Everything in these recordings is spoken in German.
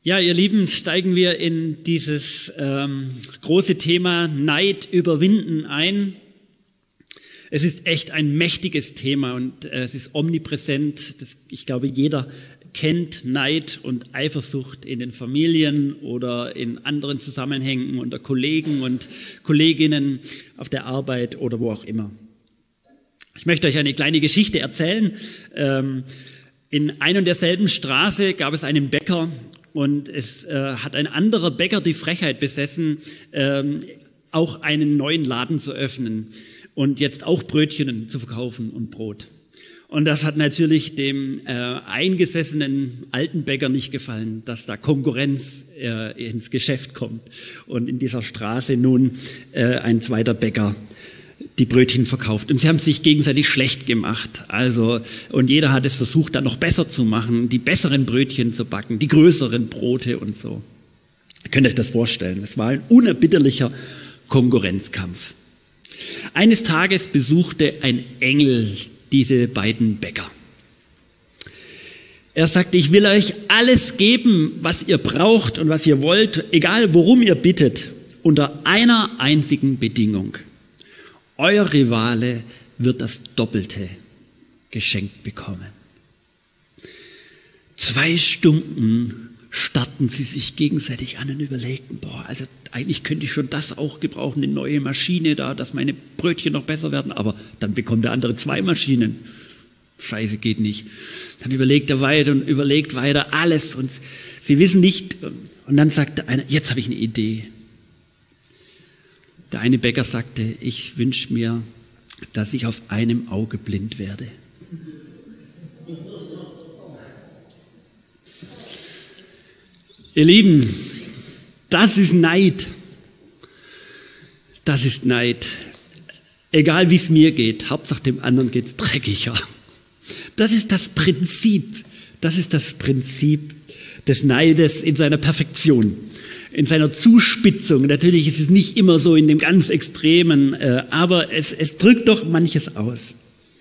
Ja, ihr Lieben, steigen wir in dieses große Thema Neid überwinden ein. Es ist echt ein mächtiges Thema und es ist omnipräsent. Ich glaube, jeder kennt Neid und Eifersucht in den Familien oder in anderen Zusammenhängen unter Kollegen und Kolleginnen auf der Arbeit oder wo auch immer. Ich möchte euch eine kleine Geschichte erzählen. In ein und derselben Straße gab es einen Bäcker und es hat ein anderer Bäcker die Frechheit besessen, auch einen neuen Laden zu öffnen und jetzt auch Brötchen zu verkaufen und Brot. Und das hat natürlich dem eingesessenen alten Bäcker nicht gefallen, dass da Konkurrenz ins Geschäft kommt und in dieser Straße nun ein zweiter Bäcker die Brötchen verkauft. Und sie haben sich gegenseitig schlecht gemacht. Und jeder hat es versucht, dann noch besser zu machen, die besseren Brötchen zu backen, die größeren Brote und so. Ihr könnt euch das vorstellen. Es war ein unerbitterlicher Konkurrenzkampf. Eines Tages besuchte ein Engel diese beiden Bäcker. Er sagte, ich will euch alles geben, was ihr braucht und was ihr wollt, egal worum ihr bittet, unter einer einzigen Bedingung. Euer Rivale wird das Doppelte geschenkt bekommen. 2 Stunden starrten sie sich gegenseitig an und überlegten, also eigentlich könnte ich schon das auch gebrauchen, eine neue Maschine da, dass meine Brötchen noch besser werden, aber dann bekommt der andere 2 Maschinen. Scheiße, geht nicht. Dann überlegt er weiter und überlegt weiter alles und sie wissen nicht, und dann sagte einer, jetzt habe ich eine Idee. Der eine Bäcker sagte, ich wünsche mir, dass ich auf einem Auge blind werde. Ihr Lieben, das ist Neid. Das ist Neid. Egal wie es mir geht, Hauptsache dem anderen geht es dreckiger. Das ist das Prinzip. Das ist das Prinzip des Neides in seiner Perfektion. In seiner Zuspitzung. Natürlich ist es nicht immer so in dem ganz Extremen, aber es drückt doch manches aus.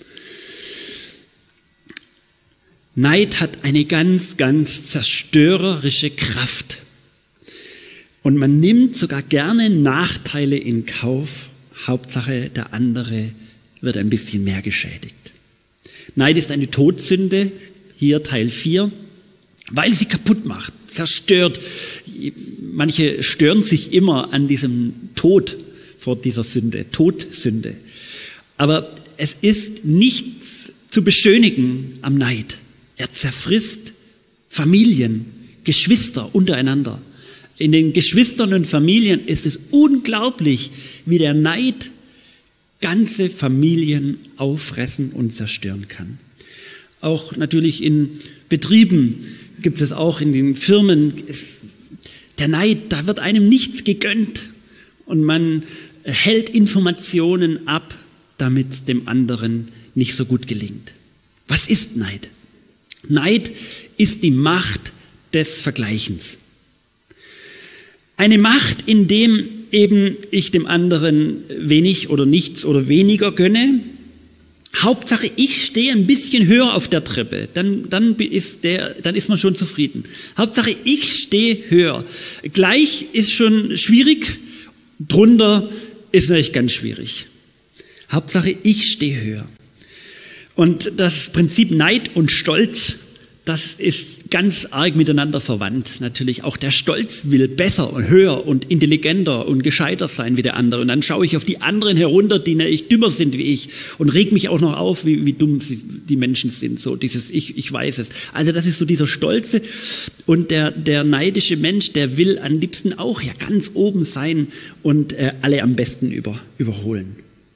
Neid hat eine ganz, ganz zerstörerische Kraft. Und man nimmt sogar gerne Nachteile in Kauf. Hauptsache, der andere wird ein bisschen mehr geschädigt. Neid ist eine Todsünde, hier Teil 4, weil sie kaputt macht, zerstört. Manche stören sich immer an diesem Tod vor dieser Sünde, Todsünde. Aber es ist nichts zu beschönigen am Neid. Er zerfrisst Familien, Geschwister untereinander. In den Geschwistern und Familien ist es unglaublich, wie der Neid ganze Familien auffressen und zerstören kann. Auch natürlich in Betrieben gibt es auch in den Firmen der Neid, da wird einem nichts gegönnt und man hält Informationen ab, damit dem anderen nicht so gut gelingt. Was ist Neid? Neid ist die Macht des Vergleichens. Eine Macht, in dem eben ich dem anderen wenig oder nichts oder weniger gönne. Hauptsache, ich stehe ein bisschen höher auf der Treppe, dann ist man schon zufrieden. Hauptsache, ich stehe höher. Gleich ist schon schwierig, drunter ist natürlich ganz schwierig. Hauptsache, ich stehe höher. Und das Prinzip Neid und Stolz, das ist ganz arg miteinander verwandt. Natürlich auch der Stolz will besser und höher und intelligenter und gescheiter sein wie der andere. Und dann schaue ich auf die anderen herunter, die nämlich dümmer sind wie ich und reg mich auch noch auf, wie dumm die Menschen sind. So dieses Ich weiß es. Also das ist so dieser Stolze. Und der neidische Mensch, der will am liebsten auch ja ganz oben sein und alle am besten überholen.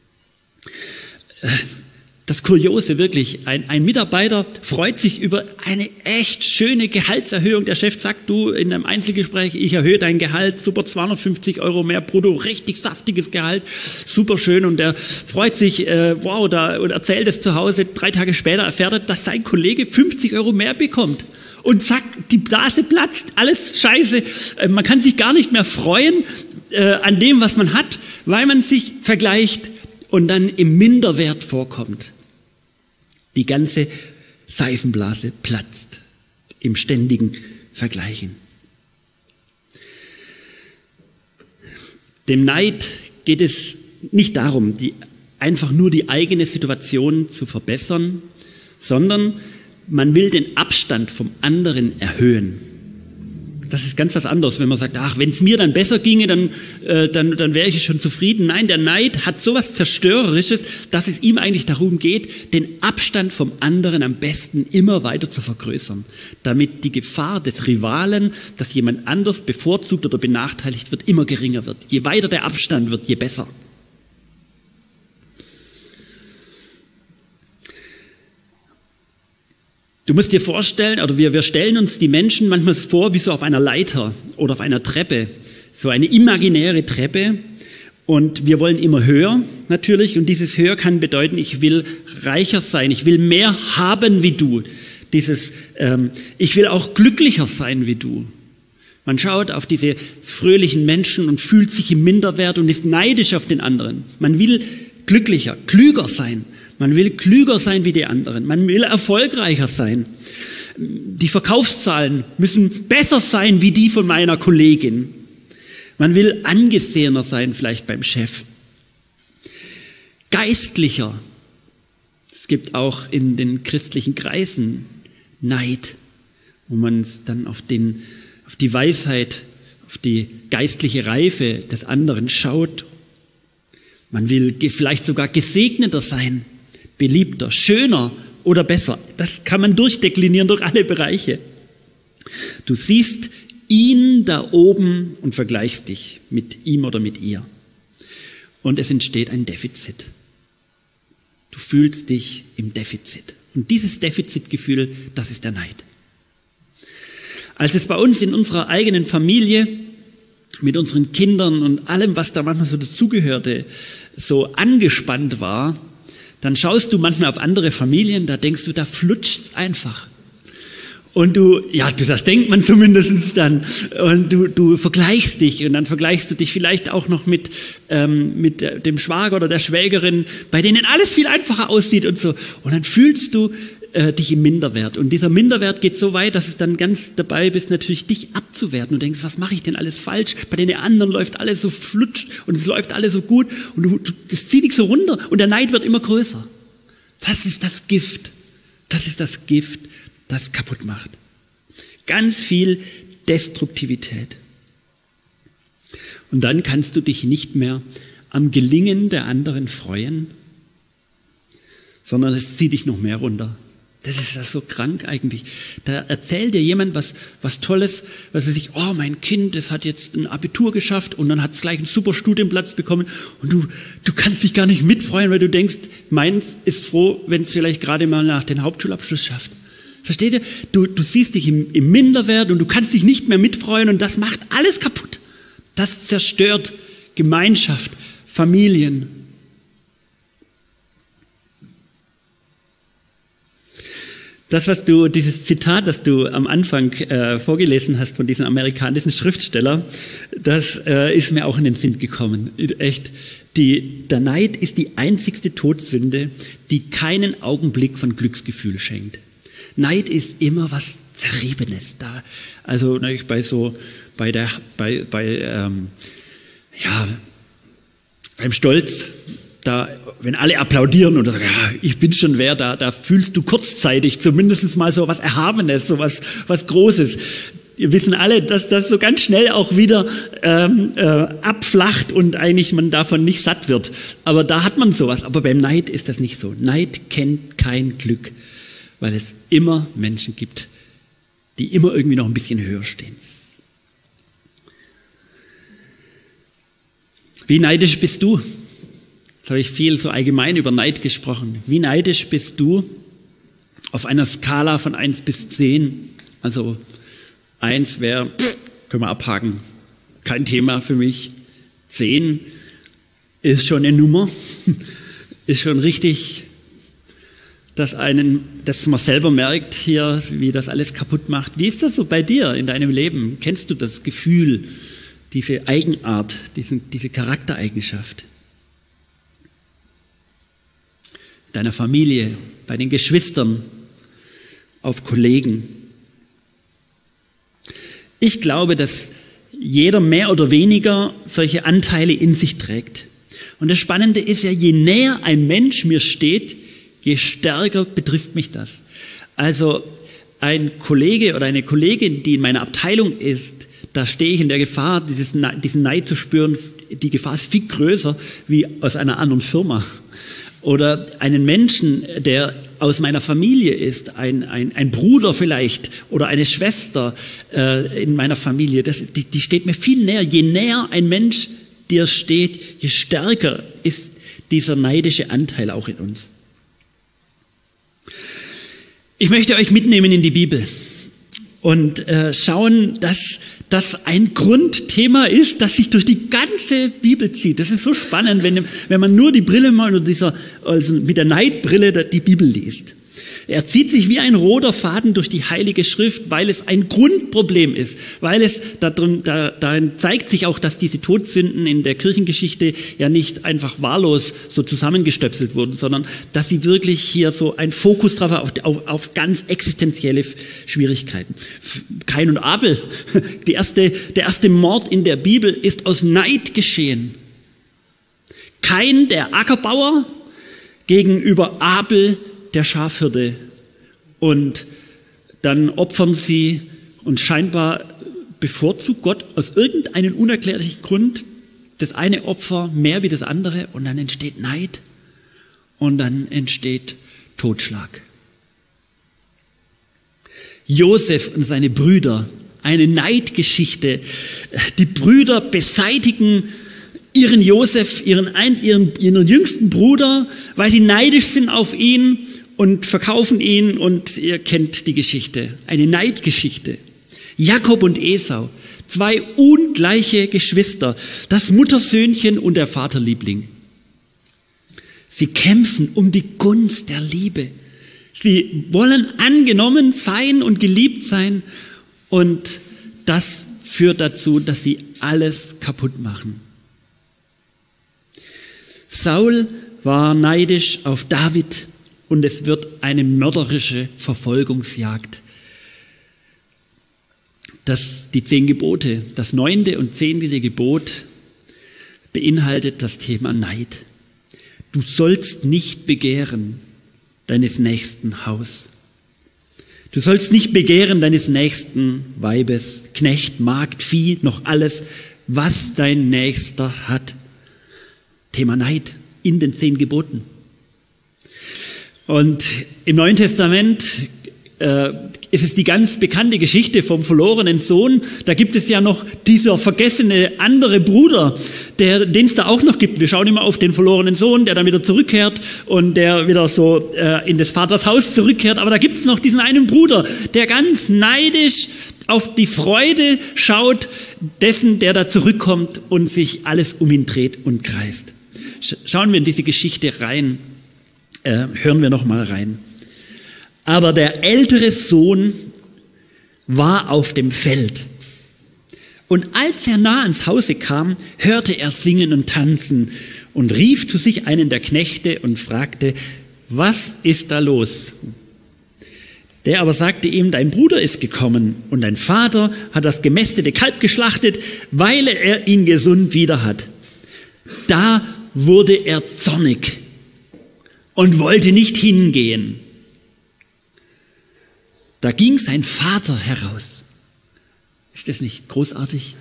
Das Kuriose wirklich, ein Mitarbeiter freut sich über eine echt schöne Gehaltserhöhung. Der Chef sagt, du in einem Einzelgespräch, ich erhöhe dein Gehalt, super 250 € mehr brutto, richtig saftiges Gehalt, super schön. Und der freut sich, und erzählt es zu Hause. 3 Tage später erfährt er, dass sein Kollege 50 € mehr bekommt. Und zack, die Blase platzt, alles scheiße. Man kann sich gar nicht mehr freuen an dem, was man hat, weil man sich vergleicht und dann im Minderwert vorkommt. Die ganze Seifenblase platzt im ständigen Vergleichen. Dem Neid geht es nicht darum, einfach nur die eigene Situation zu verbessern, sondern man will den Abstand vom anderen erhöhen. Das ist ganz was anderes, wenn man sagt, ach, wenn es mir dann besser ginge, dann wäre ich schon zufrieden. Nein, der Neid hat sowas Zerstörerisches, dass es ihm eigentlich darum geht, den Abstand vom anderen am besten immer weiter zu vergrößern, damit die Gefahr des Rivalen, dass jemand anders bevorzugt oder benachteiligt wird, immer geringer wird. Je weiter der Abstand wird, je besser. Du musst dir vorstellen, oder wir stellen uns die Menschen manchmal vor wie so auf einer Leiter oder auf einer Treppe, so eine imaginäre Treppe, und wir wollen immer höher natürlich, und dieses höher kann bedeuten, ich will reicher sein, ich will mehr haben wie du, ich will auch glücklicher sein wie du. Man schaut auf diese fröhlichen Menschen und fühlt sich im Minderwert und ist neidisch auf den anderen. Man will glücklicher, klüger sein. Man will klüger sein wie die anderen. Man will erfolgreicher sein. Die Verkaufszahlen müssen besser sein wie die von meiner Kollegin. Man will angesehener sein, vielleicht beim Chef. Geistlicher. Es gibt auch in den christlichen Kreisen Neid, wo man dann auf die Weisheit, auf die geistliche Reife des anderen schaut. Man will vielleicht sogar gesegneter sein, beliebter, schöner oder besser. Das kann man durchdeklinieren durch alle Bereiche. Du siehst ihn da oben und vergleichst dich mit ihm oder mit ihr. Und es entsteht ein Defizit. Du fühlst dich im Defizit. Und dieses Defizitgefühl, das ist der Neid. Als es bei uns in unserer eigenen Familie mit unseren Kindern und allem, was da manchmal so dazugehörte, so angespannt war, dann schaust du manchmal auf andere Familien, da denkst du, da flutscht's einfach. Und das denkt man zumindest dann. Und du vergleichst dich, und dann vergleichst du dich vielleicht auch noch mit dem Schwager oder der Schwägerin, bei denen alles viel einfacher aussieht und so. Und dann fühlst du dich im Minderwert. Und dieser Minderwert geht so weit, dass es dann ganz dabei bist, natürlich dich abzuwerten. Du denkst, was mache ich denn alles falsch? Bei den anderen läuft alles so flutsch und es läuft alles so gut. Und das zieht dich so runter und der Neid wird immer größer. Das ist das Gift. Das ist das Gift, das kaputt macht. Ganz viel Destruktivität. Und dann kannst du dich nicht mehr am Gelingen der anderen freuen, sondern es zieht dich noch mehr runter. Das ist das so krank eigentlich. Da erzählt dir jemand was Tolles, was er sich, oh, mein Kind, das hat jetzt ein Abitur geschafft und dann hat es gleich einen super Studienplatz bekommen und du kannst dich gar nicht mitfreuen, weil du denkst, meins ist froh, wenn es vielleicht gerade mal nach den Hauptschulabschluss schafft. Versteht ihr? Du siehst dich im Minderwert und du kannst dich nicht mehr mitfreuen und das macht alles kaputt. Das zerstört Gemeinschaft, Familien. Dieses Zitat, das du am Anfang vorgelesen hast von diesem amerikanischen Schriftsteller, das ist mir auch in den Sinn gekommen. Echt, der Neid ist die einzigste Todsünde, die keinen Augenblick von Glücksgefühl schenkt. Neid ist immer was Zerriebenes. Beim Stolz, wenn alle applaudieren und sagen, ja, ich bin schon wer, da fühlst du kurzzeitig zumindest mal so was Erhabenes, so was Großes. Wir wissen alle, dass das so ganz schnell auch wieder abflacht und eigentlich man davon nicht satt wird. Aber da hat man sowas. Aber beim Neid ist das nicht so. Neid kennt kein Glück, weil es immer Menschen gibt, die immer irgendwie noch ein bisschen höher stehen. Wie neidisch bist du? Jetzt habe ich viel so allgemein über Neid gesprochen. Wie neidisch bist du auf einer Skala von 1 bis 10? Also 1 wäre, können wir abhaken, kein Thema für mich. 10 ist schon eine Nummer, ist schon richtig, dass man selber merkt hier, wie das alles kaputt macht. Wie ist das so bei dir in deinem Leben? Kennst du das Gefühl, diese Eigenart, diese Charaktereigenschaft? Deiner Familie, bei den Geschwistern, auf Kollegen. Ich glaube, dass jeder mehr oder weniger solche Anteile in sich trägt. Und das Spannende ist ja, je näher ein Mensch mir steht, je stärker betrifft mich das. Also ein Kollege oder eine Kollegin, die in meiner Abteilung ist, da stehe ich in der Gefahr, diesen Neid zu spüren. Die Gefahr ist viel größer wie aus einer anderen Firma. Oder einen Menschen, der aus meiner Familie ist, ein Bruder vielleicht oder eine Schwester in meiner Familie, die steht mir viel näher. Je näher ein Mensch dir steht, je stärker ist dieser neidische Anteil auch in uns. Ich möchte euch mitnehmen in die Bibel und schauen, dass das ein Grundthema ist, das sich durch die ganze Bibel zieht. Das ist so spannend, wenn man nur die Brille mal also mit der Neidbrille die Bibel liest. Er zieht sich wie ein roter Faden durch die Heilige Schrift, weil es ein Grundproblem ist, weil es darin zeigt sich auch, dass diese Todsünden in der Kirchengeschichte ja nicht einfach wahllos so zusammengestöpselt wurden, sondern dass sie wirklich hier so ein Fokus drauf haben auf ganz existenzielle Schwierigkeiten. Kain und Abel, der erste Mord in der Bibel ist aus Neid geschehen. Kain, der Ackerbauer, gegenüber Abel, der Schafhirte, und dann opfern sie und scheinbar bevorzugt Gott aus irgendeinem unerklärlichen Grund das eine Opfer mehr wie das andere und dann entsteht Neid und dann entsteht Totschlag. Josef und seine Brüder, eine Neidgeschichte. Die Brüder beseitigen ihren Josef, ihren jüngsten Bruder, weil sie neidisch sind auf ihn und verkaufen ihn, und ihr kennt die Geschichte, eine Neidgeschichte. Jakob und Esau, zwei ungleiche Geschwister, das Muttersöhnchen und der Vaterliebling. Sie kämpfen um die Gunst der Liebe. Sie wollen angenommen sein und geliebt sein, und das führt dazu, dass sie alles kaputt machen. Saul war neidisch auf David und es wird eine mörderische Verfolgungsjagd. Die 10 Gebote, das 9. und 10. Gebot beinhaltet das Thema Neid. Du sollst nicht begehren deines nächsten Haus. Du sollst nicht begehren deines nächsten Weibes, Knecht, Magd, Vieh, noch alles, was dein Nächster hat. Thema Neid in den 10 Geboten. Und im Neuen Testament ist es die ganz bekannte Geschichte vom verlorenen Sohn. Da gibt es ja noch dieser vergessene andere Bruder, den es da auch noch gibt. Wir schauen immer auf den verlorenen Sohn, der dann wieder zurückkehrt und der wieder so in des Vaters Haus zurückkehrt. Aber da gibt es noch diesen einen Bruder, der ganz neidisch auf die Freude schaut dessen, der da zurückkommt und sich alles um ihn dreht und kreist. Schauen wir in diese Geschichte rein, hören wir noch mal rein. Aber der ältere Sohn war auf dem Feld. Und als er nah ans Hause kam, hörte er singen und tanzen und rief zu sich einen der Knechte und fragte, was ist da los? Der aber sagte ihm, dein Bruder ist gekommen und dein Vater hat das gemästete Kalb geschlachtet, weil er ihn gesund wieder hat. Da wurde er zornig und wollte nicht hingehen. Da ging sein Vater heraus. Ist das nicht großartig?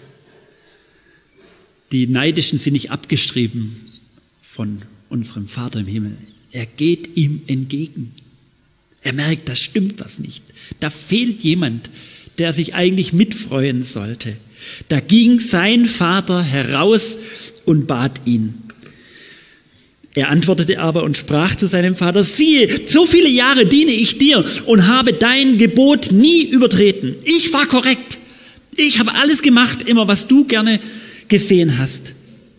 Die Neidischen sind nicht abgeschrieben von unserem Vater im Himmel. Er geht ihm entgegen. Er merkt, da stimmt was nicht. Da fehlt jemand, der sich eigentlich mitfreuen sollte. Da ging sein Vater heraus und bat ihn. Er antwortete aber und sprach zu seinem Vater, siehe, so viele Jahre diene ich dir und habe dein Gebot nie übertreten. Ich war korrekt. Ich habe alles gemacht, immer was du gerne gesehen hast.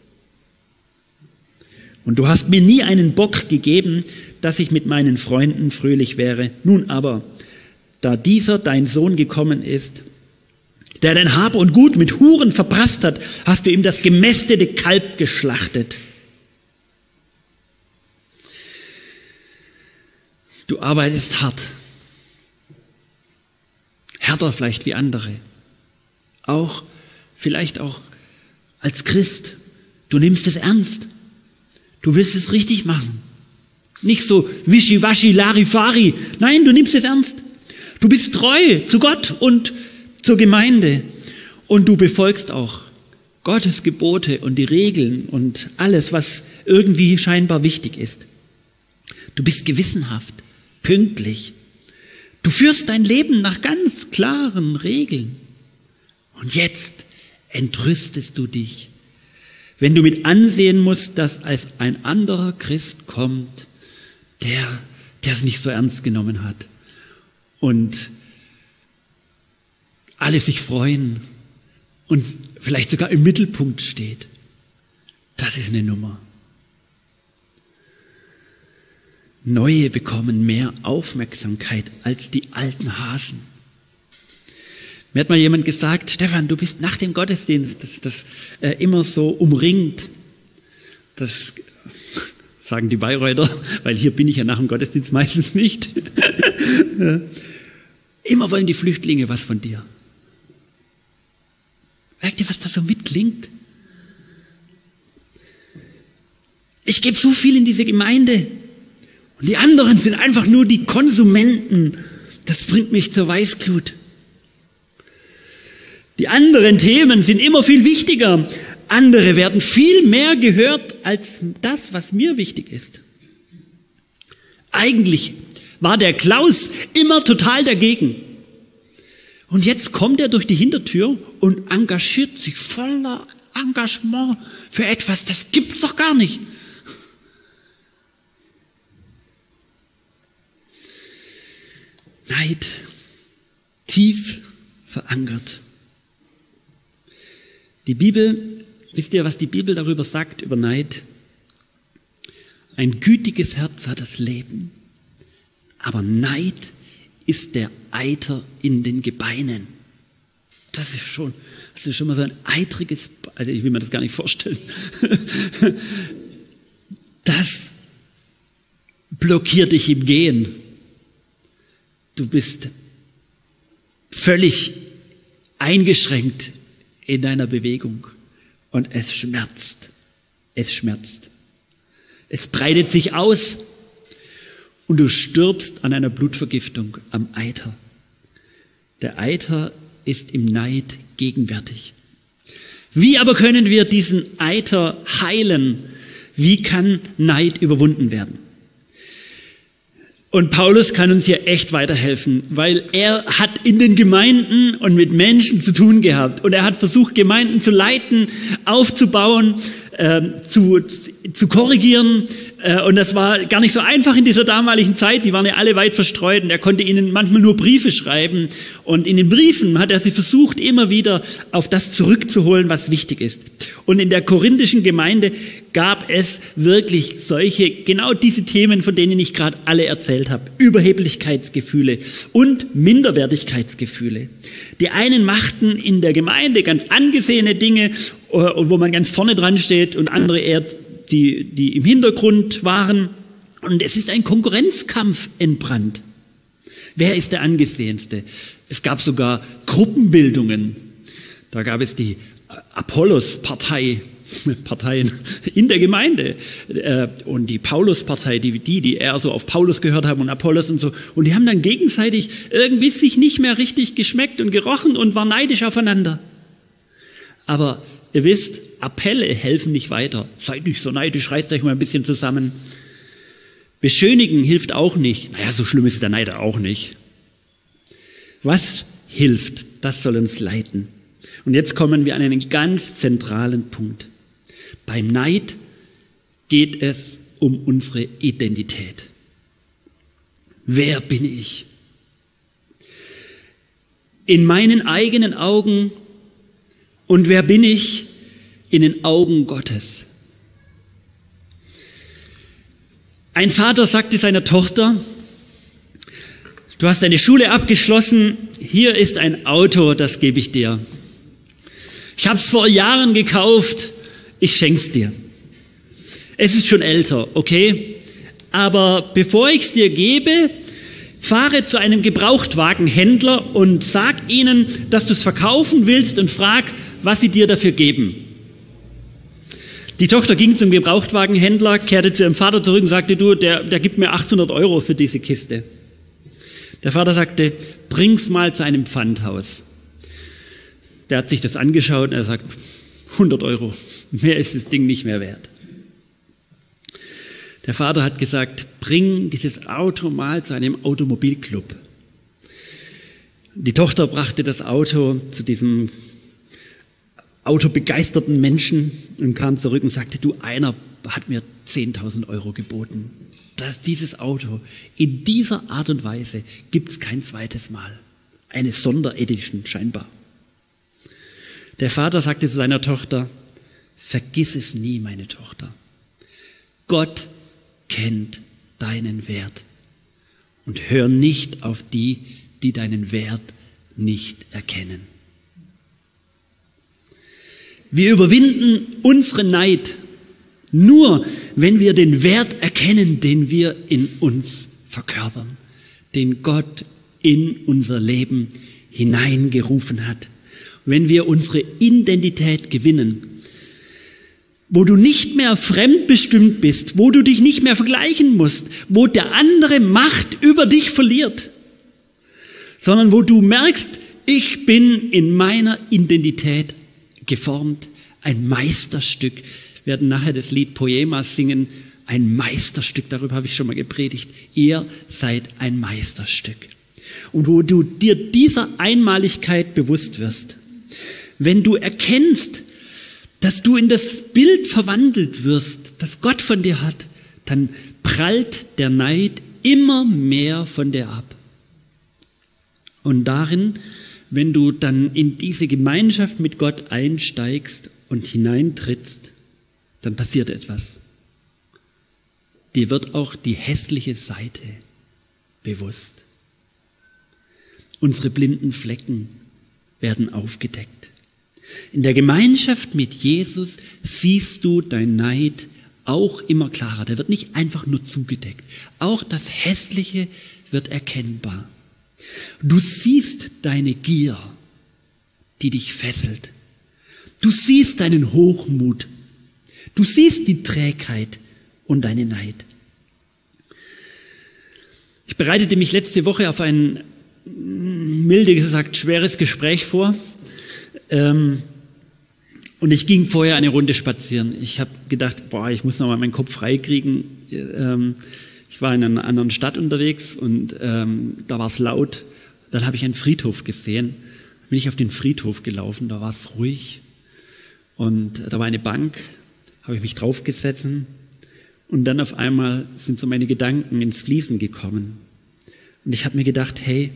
Und du hast mir nie einen Bock gegeben, dass ich mit meinen Freunden fröhlich wäre. Nun aber, da dieser dein Sohn gekommen ist, der dein Hab und Gut mit Huren verprasst hat, hast du ihm das gemästete Kalb geschlachtet. Du arbeitest hart, härter vielleicht wie andere, auch vielleicht auch als Christ. Du nimmst es ernst. Du willst es richtig machen. Nicht so wischiwaschi, larifari. Nein, du nimmst es ernst. Du bist treu zu Gott und zur Gemeinde. Und du befolgst auch Gottes Gebote und die Regeln und alles, was irgendwie scheinbar wichtig ist. Du bist gewissenhaft, pünktlich. Du führst dein Leben nach ganz klaren Regeln. Und jetzt entrüstest du dich, wenn du mit ansehen musst, dass als ein anderer Christ kommt, der es nicht so ernst genommen hat und alle sich freuen und vielleicht sogar im Mittelpunkt steht. Das ist eine Nummer. Neue bekommen mehr Aufmerksamkeit als die alten Hasen. Mir hat mal jemand gesagt, Stefan, du bist nach dem Gottesdienst das immer so umringt. Das sagen die Bayreuther, weil hier bin ich ja nach dem Gottesdienst meistens nicht. Immer wollen die Flüchtlinge was von dir. Merkt ihr, was da so mitklingt? Ich gebe so viel in diese Gemeinde und die anderen sind einfach nur die Konsumenten. Das bringt mich zur Weißglut. Die anderen Themen sind immer viel wichtiger. Andere werden viel mehr gehört als das, was mir wichtig ist. Eigentlich war der Klaus immer total dagegen. Und jetzt kommt er durch die Hintertür und engagiert sich voller Engagement für etwas, das gibt's doch gar nicht. Neid, tief verankert. Die Bibel, wisst ihr, was die Bibel darüber sagt, über Neid? Ein gütiges Herz hat das Leben, aber Neid ist der Eiter in den Gebeinen. Das ist schon mal so ein eitriges, also ich will mir das gar nicht vorstellen. Das blockiert dich im Gehen. Du bist völlig eingeschränkt in deiner Bewegung und es schmerzt. Es schmerzt. Es breitet sich aus und du stirbst an einer Blutvergiftung am Eiter. Der Eiter ist im Neid gegenwärtig. Wie aber können wir diesen Eiter heilen? Wie kann Neid überwunden werden? Und Paulus kann uns hier echt weiterhelfen, weil er hat in den Gemeinden und mit Menschen zu tun gehabt. Und er hat versucht, Gemeinden zu leiten, aufzubauen, zu korrigieren. Und das war gar nicht so einfach in dieser damaligen Zeit. Die waren ja alle weit verstreut und er konnte ihnen manchmal nur Briefe schreiben. Und in den Briefen hat er sie versucht, immer wieder auf das zurückzuholen, was wichtig ist. Und in der korinthischen Gemeinde gab es wirklich genau diese Themen, von denen ich gerade alle erzählt habe. Überheblichkeitsgefühle und Minderwertigkeitsgefühle. Die einen machten in der Gemeinde ganz angesehene Dinge, wo man ganz vorne dran steht, und andere eher die im Hintergrund waren. Und es ist ein Konkurrenzkampf entbrannt. Wer ist der Angesehenste? Es gab sogar Gruppenbildungen. Da gab es die Apollos-Parteien in der Gemeinde und die Paulus-Partei, die eher so auf Paulus gehört haben und Apollos und so. Und die haben dann gegenseitig irgendwie sich nicht mehr richtig geschmeckt und gerochen und waren neidisch aufeinander. Aber ihr wisst, Appelle helfen nicht weiter. Seid nicht so neidisch, reißt euch mal ein bisschen zusammen. Beschönigen hilft auch nicht. Naja, so schlimm ist der Neid auch nicht. Was hilft, das soll uns leiten. Und jetzt kommen wir an einen ganz zentralen Punkt. Beim Neid geht es um unsere Identität. Wer bin ich? In meinen eigenen Augen, und wer bin ich in den Augen Gottes? Ein Vater sagte seiner Tochter: Du hast deine Schule abgeschlossen, hier ist ein Auto, das gebe ich dir. Ich habe es vor Jahren gekauft, ich schenk's dir. Es ist schon älter, okay? Aber bevor ich es dir gebe, fahre zu einem Gebrauchtwagenhändler und sag ihnen, dass du es verkaufen willst und frag, was sie dir dafür geben. Die Tochter ging zum Gebrauchtwagenhändler, kehrte zu ihrem Vater zurück und sagte, du, der gibt mir 800 € für diese Kiste. Der Vater sagte, bring's mal zu einem Pfandhaus. Der hat sich das angeschaut und er sagt, 100 €, mehr ist das Ding nicht mehr wert. Der Vater hat gesagt, bring dieses Auto mal zu einem Automobilclub. Die Tochter brachte das Auto zu diesem autobegeisterten Menschen und kam zurück und sagte, du, einer hat mir 10.000 € geboten. Dieses Auto in dieser Art und Weise gibt es kein zweites Mal. Eine Sonderedition scheinbar. Der Vater sagte zu seiner Tochter, vergiss es nie, meine Tochter. Gott kennt deinen Wert und hör nicht auf die, die deinen Wert nicht erkennen. Wir überwinden unseren Neid nur, wenn wir den Wert erkennen, den wir in uns verkörpern, den Gott in unser Leben hineingerufen hat. Wenn wir unsere Identität gewinnen, wo du nicht mehr fremdbestimmt bist, wo du dich nicht mehr vergleichen musst, wo der andere Macht über dich verliert, sondern wo du merkst, ich bin in meiner Identität geformt, ein Meisterstück. Wir werden nachher das Lied Poema singen, ein Meisterstück, darüber habe ich schon mal gepredigt. Ihr seid ein Meisterstück. Und wo du dir dieser Einmaligkeit bewusst wirst, wenn du erkennst, dass du in das Bild verwandelt wirst, das Gott von dir hat, dann prallt der Neid immer mehr von dir ab. Und darin, wenn du dann in diese Gemeinschaft mit Gott einsteigst und hineintrittst, dann passiert etwas. Dir wird auch die hässliche Seite bewusst. Unsere blinden Flecken werden aufgedeckt. In der Gemeinschaft mit Jesus siehst du dein Neid auch immer klarer. Der wird nicht einfach nur zugedeckt. Auch das Hässliche wird erkennbar. Du siehst deine Gier, die dich fesselt. Du siehst deinen Hochmut. Du siehst die Trägheit und deinen Neid. Ich bereitete mich letzte Woche auf ein, milde gesagt, schweres Gespräch vor. Und ich ging vorher eine Runde spazieren. Ich habe gedacht, ich muss noch mal meinen Kopf freikriegen. Ich war in einer anderen Stadt unterwegs und da war es laut. Dann habe ich einen Friedhof gesehen. Dann bin ich auf den Friedhof gelaufen, da war es ruhig. Und da war eine Bank, habe ich mich draufgesetzt. Und dann auf einmal sind so meine Gedanken ins Fließen gekommen. Und ich habe mir gedacht, hey,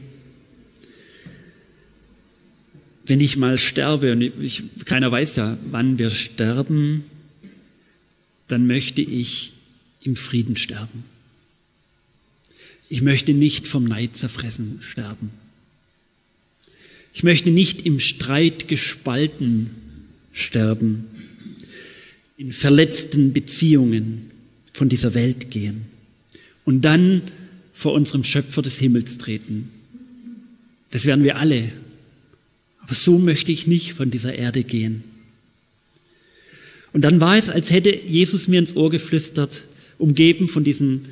wenn ich mal sterbe, und keiner weiß ja, wann wir sterben, dann möchte ich im Frieden sterben. Ich möchte nicht vom Neid zerfressen sterben. Ich möchte nicht im Streit gespalten sterben, in verletzten Beziehungen von dieser Welt gehen und dann vor unserem Schöpfer des Himmels treten. Das werden wir alle. Aber so möchte ich nicht von dieser Erde gehen. Und dann war es, als hätte Jesus mir ins Ohr geflüstert, umgeben von diesen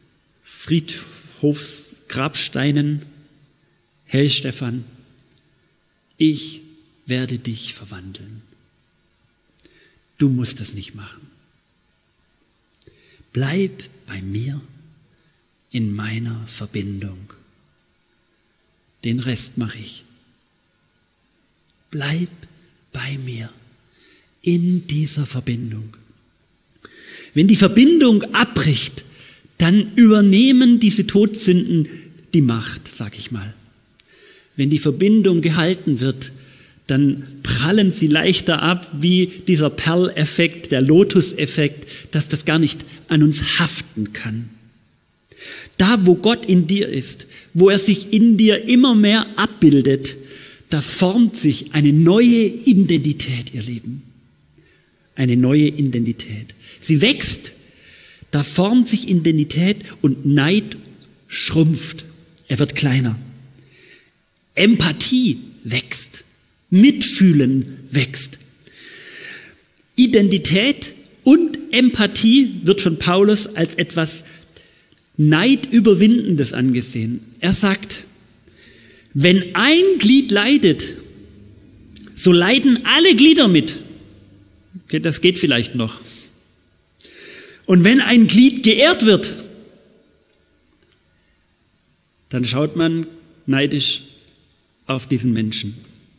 Friedhofsgrabsteinen: Hey Stefan, ich werde dich verwandeln. Du musst das nicht machen. Bleib bei mir in meiner Verbindung. Den Rest mache ich. Bleib bei mir in dieser Verbindung. Wenn die Verbindung abbricht, dann übernehmen diese Todsünden die Macht, sag ich mal. Wenn die Verbindung gehalten wird, dann prallen sie leichter ab wie dieser Perleffekt, der Lotuseffekt, dass das gar nicht an uns haften kann. Da, wo Gott in dir ist, wo er sich in dir immer mehr abbildet, da formt sich eine neue Identität, ihr Lieben. Eine neue Identität. Sie wächst, da formt sich Identität und Neid schrumpft. Er wird kleiner. Empathie wächst. Mitfühlen wächst. Identität und Empathie wird von Paulus als etwas Neidüberwindendes angesehen. Er sagt, wenn ein Glied leidet, so leiden alle Glieder mit. Okay, das geht vielleicht noch. Und wenn ein Glied geehrt wird, dann schaut man neidisch auf diesen Menschen.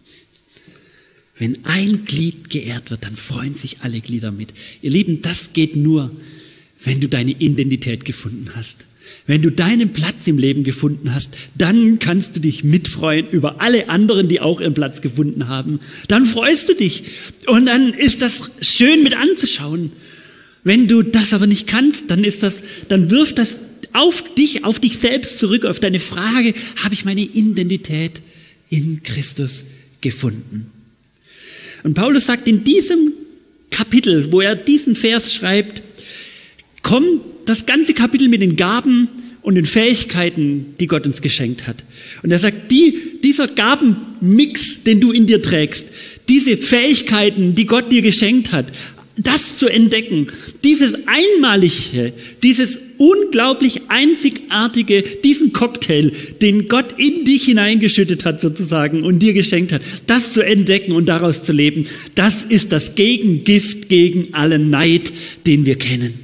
Wenn ein Glied geehrt wird, dann freuen sich alle Glieder mit. Ihr Lieben, das geht nur, wenn du deine Identität gefunden hast. Wenn du deinen Platz im Leben gefunden hast, dann kannst du dich mitfreuen über alle anderen, die auch ihren Platz gefunden haben. Dann freust du dich und dann ist das schön mit anzuschauen. Wenn du das aber nicht kannst, dann wirft das auf dich selbst zurück, auf deine Frage, habe ich meine Identität in Christus gefunden? Und Paulus sagt in diesem Kapitel, wo er diesen Vers schreibt, kommt das ganze Kapitel mit den Gaben und den Fähigkeiten, die Gott uns geschenkt hat. Und er sagt, dieser Gabenmix, den du in dir trägst, diese Fähigkeiten, die Gott dir geschenkt hat, das zu entdecken, dieses Einmalige, dieses unglaublich Einzigartige, diesen Cocktail, den Gott in dich hineingeschüttet hat sozusagen und dir geschenkt hat, das zu entdecken und daraus zu leben, das ist das Gegengift gegen allen Neid, den wir kennen.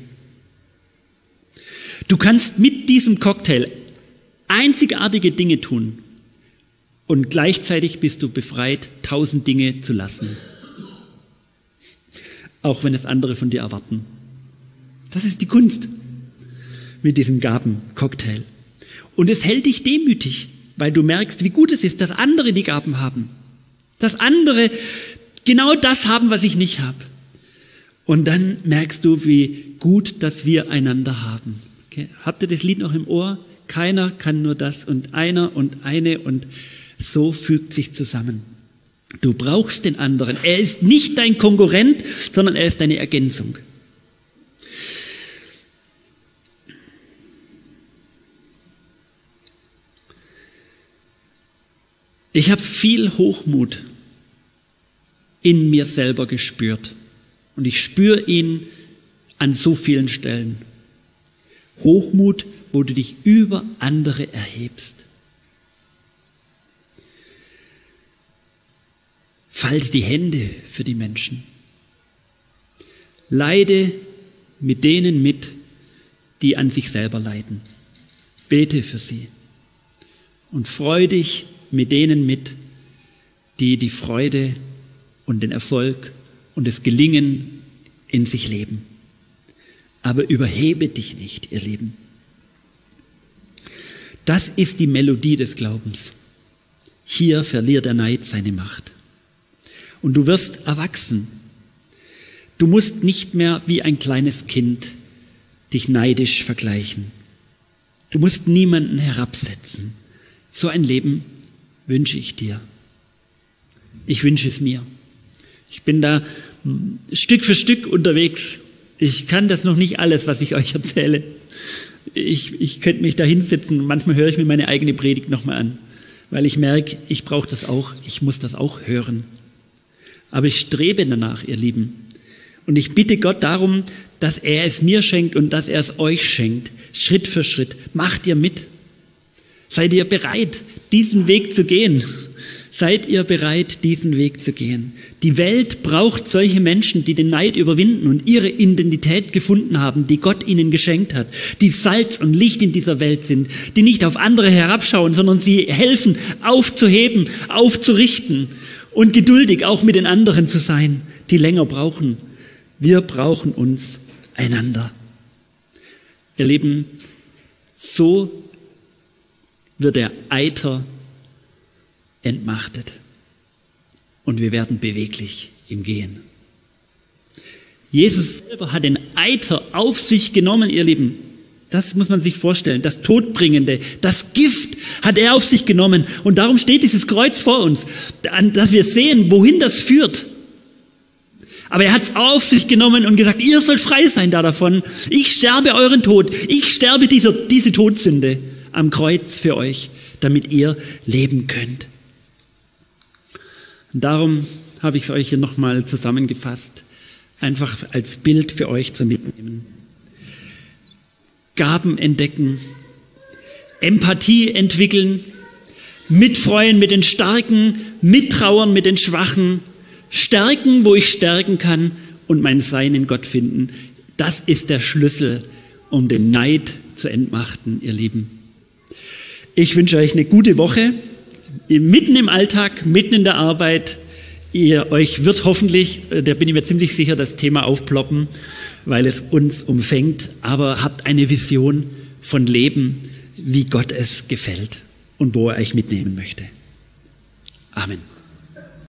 Du kannst mit diesem Cocktail einzigartige Dinge tun und gleichzeitig bist du befreit, 1000 Dinge zu lassen. Auch wenn es andere von dir erwarten. Das ist die Kunst mit diesem Gabencocktail. Und es hält dich demütig, weil du merkst, wie gut es ist, dass andere die Gaben haben. Dass andere genau das haben, was ich nicht habe. Und dann merkst du, wie gut, dass wir einander haben. Okay? Habt ihr das Lied noch im Ohr? Keiner kann nur das und einer und eine und so fügt sich zusammen. Du brauchst den anderen. Er ist nicht dein Konkurrent, sondern er ist deine Ergänzung. Ich habe viel Hochmut in mir selber gespürt und ich spüre ihn an so vielen Stellen. Hochmut, wo du dich über andere erhebst. Falte die Hände für die Menschen. Leide mit denen mit, die an sich selber leiden. Bete für sie. Und freu dich mit denen mit, die die Freude und den Erfolg und das Gelingen in sich leben. Aber überhebe dich nicht, ihr Lieben. Das ist die Melodie des Glaubens. Hier verliert der Neid seine Macht. Und du wirst erwachsen. Du musst nicht mehr wie ein kleines Kind dich neidisch vergleichen. Du musst niemanden herabsetzen. So ein Leben wünsche ich dir. Ich wünsche es mir. Ich bin da Stück für Stück unterwegs. Ich kann das noch nicht alles, was ich euch erzähle. Ich könnte mich da hinsetzen und manchmal höre ich mir meine eigene Predigt nochmal an, weil ich merke, ich brauche das auch, ich muss das auch hören. Aber ich strebe danach, ihr Lieben. Und ich bitte Gott darum, dass er es mir schenkt und dass er es euch schenkt. Schritt für Schritt. Macht ihr mit. Seid ihr bereit, diesen Weg zu gehen? Seid ihr bereit, diesen Weg zu gehen? Die Welt braucht solche Menschen, die den Neid überwinden und ihre Identität gefunden haben, die Gott ihnen geschenkt hat, die Salz und Licht in dieser Welt sind, die nicht auf andere herabschauen, sondern sie helfen, aufzuheben, aufzurichten und geduldig auch mit den anderen zu sein, die länger brauchen. Wir brauchen uns einander. Ihr Lieben, so wird der Eiter entmachtet und wir werden beweglich im Gehen. Jesus selber hat den Eiter auf sich genommen, ihr Lieben. Das muss man sich vorstellen. Das Todbringende, das Gift hat er auf sich genommen. Und darum steht dieses Kreuz vor uns, dass wir sehen, wohin das führt. Aber er hat es auf sich genommen und gesagt, ihr sollt frei sein davon. Ich sterbe euren Tod. Ich sterbe diese Todsünde am Kreuz für euch, damit ihr leben könnt. Und darum habe ich es euch hier nochmal zusammengefasst, einfach als Bild für euch zu mitnehmen. Gaben entdecken, Empathie entwickeln, mitfreuen mit den Starken, mittrauern mit den Schwachen, stärken, wo ich stärken kann und mein Sein in Gott finden. Das ist der Schlüssel, um den Neid zu entmachten, ihr Lieben. Ich wünsche euch eine gute Woche, mitten im Alltag, mitten in der Arbeit. Euch wird hoffentlich, da bin ich mir ziemlich sicher, das Thema aufploppen, weil es uns umfängt. Aber habt eine Vision von Leben, wie Gott es gefällt und wo er euch mitnehmen möchte. Amen.